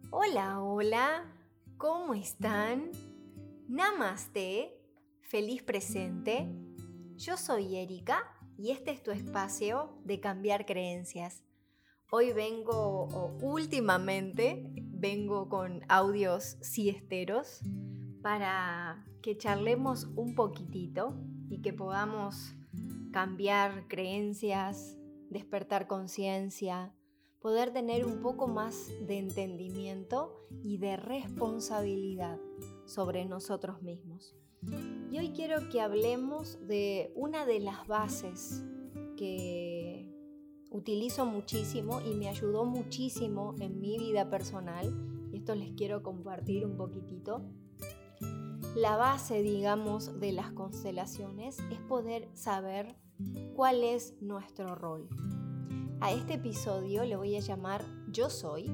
Hola, hola, ¿cómo están? Namaste, feliz presente. Yo soy Erika y este es tu espacio de cambiar creencias. Hoy últimamente vengo con audios siesteros para que charlemos un poquitito y que podamos cambiar creencias, despertar conciencia, poder tener un poco más de entendimiento y de responsabilidad sobre nosotros mismos. Y hoy quiero que hablemos de una de las bases que utilizo muchísimo y me ayudó muchísimo en mi vida personal, y esto les quiero compartir un poquitito. La base, digamos, de las constelaciones es poder saber cuál es nuestro rol. A este episodio le voy a llamar Yo Soy.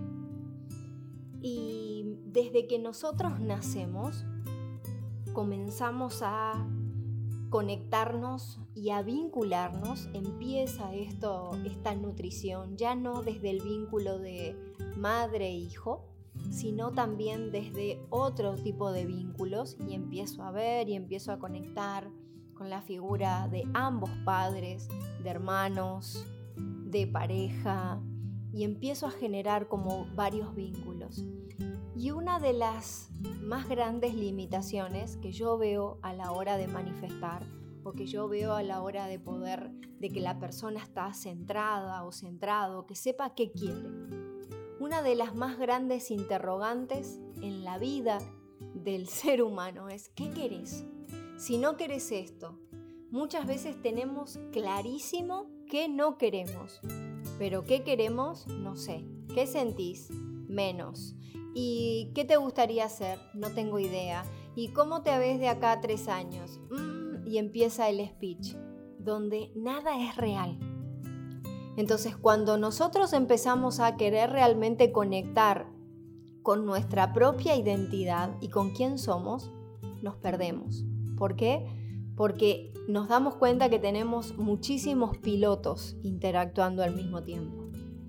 Y desde que nosotros nacemos, comenzamos a conectarnos y a vincularnos. Empieza esta nutrición, ya no desde el vínculo de madre-hijo, sino también desde otro tipo de vínculos, y empiezo a ver y empiezo a conectar con la figura de ambos padres, de hermanos, de pareja, y empiezo a generar como varios vínculos. Y una de las más grandes limitaciones que yo veo a la hora de manifestar, o que yo veo a la hora de poder, de que la persona está centrada o centrado, que sepa qué quiere. Una de las más grandes interrogantes en la vida del ser humano es ¿qué querés? Si no querés esto, muchas veces tenemos clarísimo que no queremos, pero ¿qué queremos? No sé. ¿Qué sentís? Menos. ¿Y qué te gustaría hacer? No tengo idea. ¿Y cómo te ves de acá a 3 años? Y empieza el speech, donde nada es real. Entonces, cuando nosotros empezamos a querer realmente conectar con nuestra propia identidad y con quién somos, nos perdemos. ¿Por qué? Porque nos damos cuenta que tenemos muchísimos pilotos interactuando al mismo tiempo.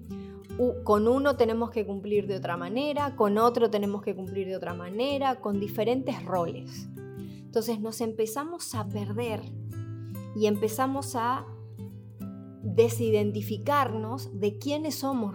Con uno tenemos que cumplir de otra manera, con otro tenemos que cumplir de otra manera, con diferentes roles. Entonces nos empezamos a perder y empezamos a desidentificarnos de quiénes somos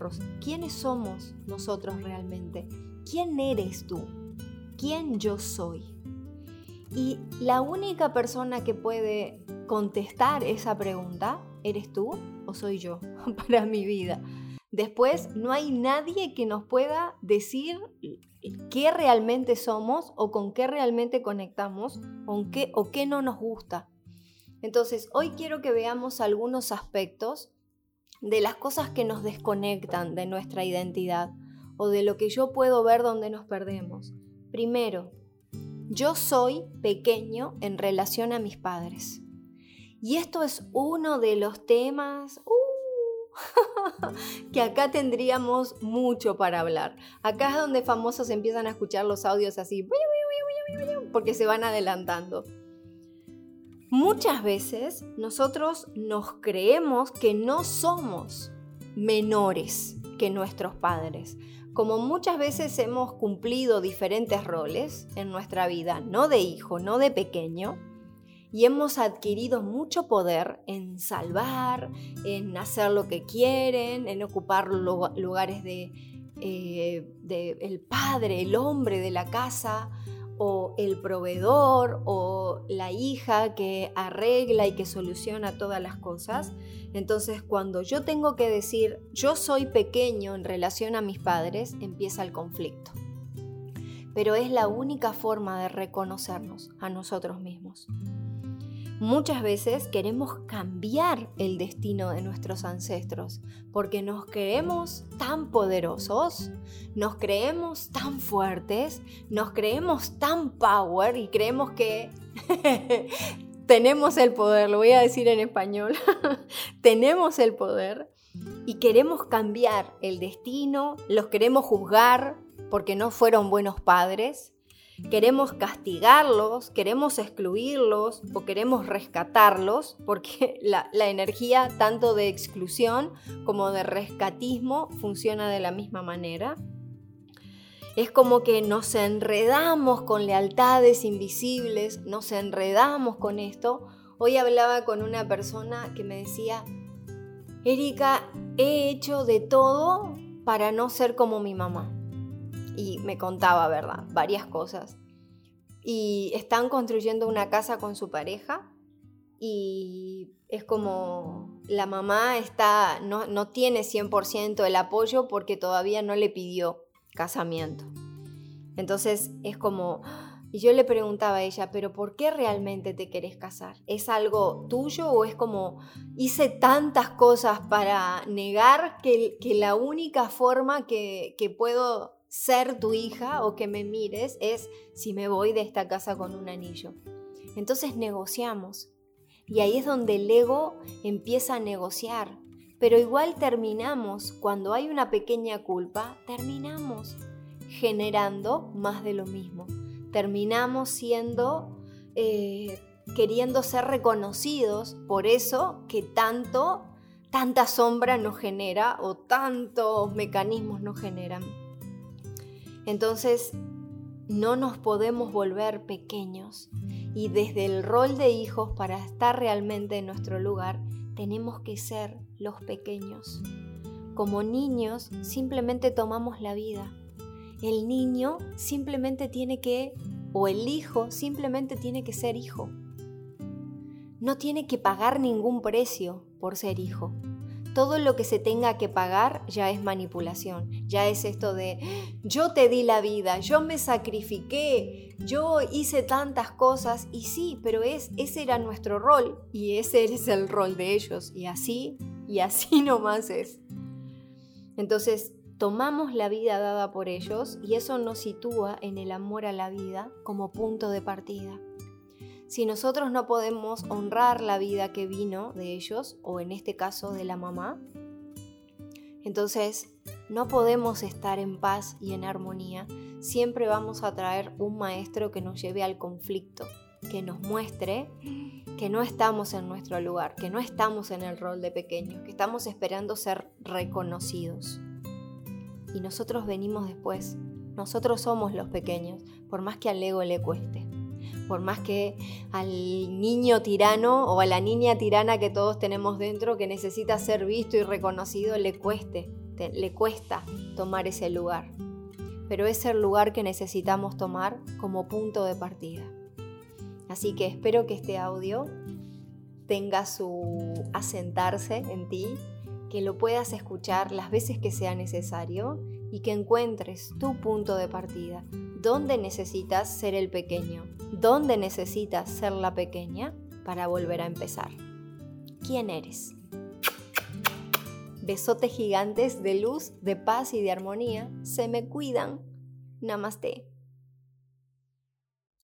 nosotros realmente. ¿Quién eres tú? ¿Quién yo soy? Y la única persona que puede contestar esa pregunta, ¿eres tú o soy yo? Para mi vida. Después no hay nadie que nos pueda decir qué realmente somos o con qué realmente conectamos o qué no nos gusta. Entonces, hoy quiero que veamos algunos aspectos de las cosas que nos desconectan de nuestra identidad o de lo que yo puedo ver donde nos perdemos. Primero, yo soy pequeño en relación a mis padres. Y esto es uno de los temas que acá tendríamos mucho para hablar. Acá es donde famosos empiezan a escuchar los audios así, porque se van adelantando. Muchas veces nosotros nos creemos que no somos menores que nuestros padres. Como muchas veces hemos cumplido diferentes roles en nuestra vida, no de hijo, no de pequeño, y hemos adquirido mucho poder en salvar, en hacer lo que quieren, en ocupar lugares de el padre, el hombre de la casa, o el proveedor, o la hija que arregla y que soluciona todas las cosas. Entonces, cuando yo tengo que decir yo soy pequeño en relación a mis padres, empieza el conflicto. Pero es la única forma de reconocernos a nosotros mismos. Muchas veces queremos cambiar el destino de nuestros ancestros porque nos creemos tan poderosos, nos creemos tan fuertes, nos creemos tan power y creemos que tenemos el poder, lo voy a decir en español, tenemos el poder y queremos cambiar el destino, los queremos juzgar porque no fueron buenos padres. Queremos castigarlos, queremos excluirlos o queremos rescatarlos porque la energía tanto de exclusión como de rescatismo funciona de la misma manera. Es como que nos enredamos con lealtades invisibles, nos enredamos con esto. Hoy hablaba con una persona que me decía, Erika, he hecho de todo para no ser como mi mamá. Y me contaba, ¿verdad? Varias cosas. Y están construyendo una casa con su pareja y es como la mamá no tiene 100% el apoyo porque todavía no le pidió casamiento. Entonces es como, y yo le preguntaba a ella, ¿pero por qué realmente te querés casar? ¿Es algo tuyo o es como, hice tantas cosas para negar que la única forma que puedo ser tu hija o que me mires es si me voy de esta casa con un anillo? Entonces negociamos. Y ahí es donde el ego empieza a negociar. Pero igual terminamos, cuando hay una pequeña culpa, terminamos generando más de lo mismo. Terminamos queriendo ser reconocidos por eso que tanta sombra nos genera o tantos mecanismos nos generan. Entonces, no nos podemos volver pequeños. Y desde el rol de hijos, para estar realmente en nuestro lugar, tenemos que ser los pequeños. Como niños, simplemente tomamos la vida. El niño simplemente el hijo simplemente tiene que ser hijo. No tiene que pagar ningún precio por ser hijo. Todo lo que se tenga que pagar ya es manipulación, ya es esto de yo te di la vida, yo me sacrifiqué, yo hice tantas cosas y sí, pero ese era nuestro rol y ese es el rol de ellos y así nomás es. Entonces tomamos la vida dada por ellos y eso nos sitúa en el amor a la vida como punto de partida. Si nosotros no podemos honrar la vida que vino de ellos, o en este caso de la mamá, entonces no podemos estar en paz y en armonía. Siempre vamos a traer un maestro que nos lleve al conflicto, que nos muestre que no estamos en nuestro lugar, que no estamos en el rol de pequeños, que estamos esperando ser reconocidos. Y nosotros venimos después, nosotros somos los pequeños, por más que al ego le cueste. Por más que al niño tirano o a la niña tirana que todos tenemos dentro, que necesita ser visto y reconocido, le cuesta tomar ese lugar. Pero es el lugar que necesitamos tomar como punto de partida. Así que espero que este audio tenga su asentarse en ti, que lo puedas escuchar las veces que sea necesario y que encuentres tu punto de partida. ¿Dónde necesitas ser el pequeño? ¿Dónde necesitas ser la pequeña para volver a empezar? ¿Quién eres? Besotes gigantes de luz, de paz y de armonía. Se me cuidan. Namaste.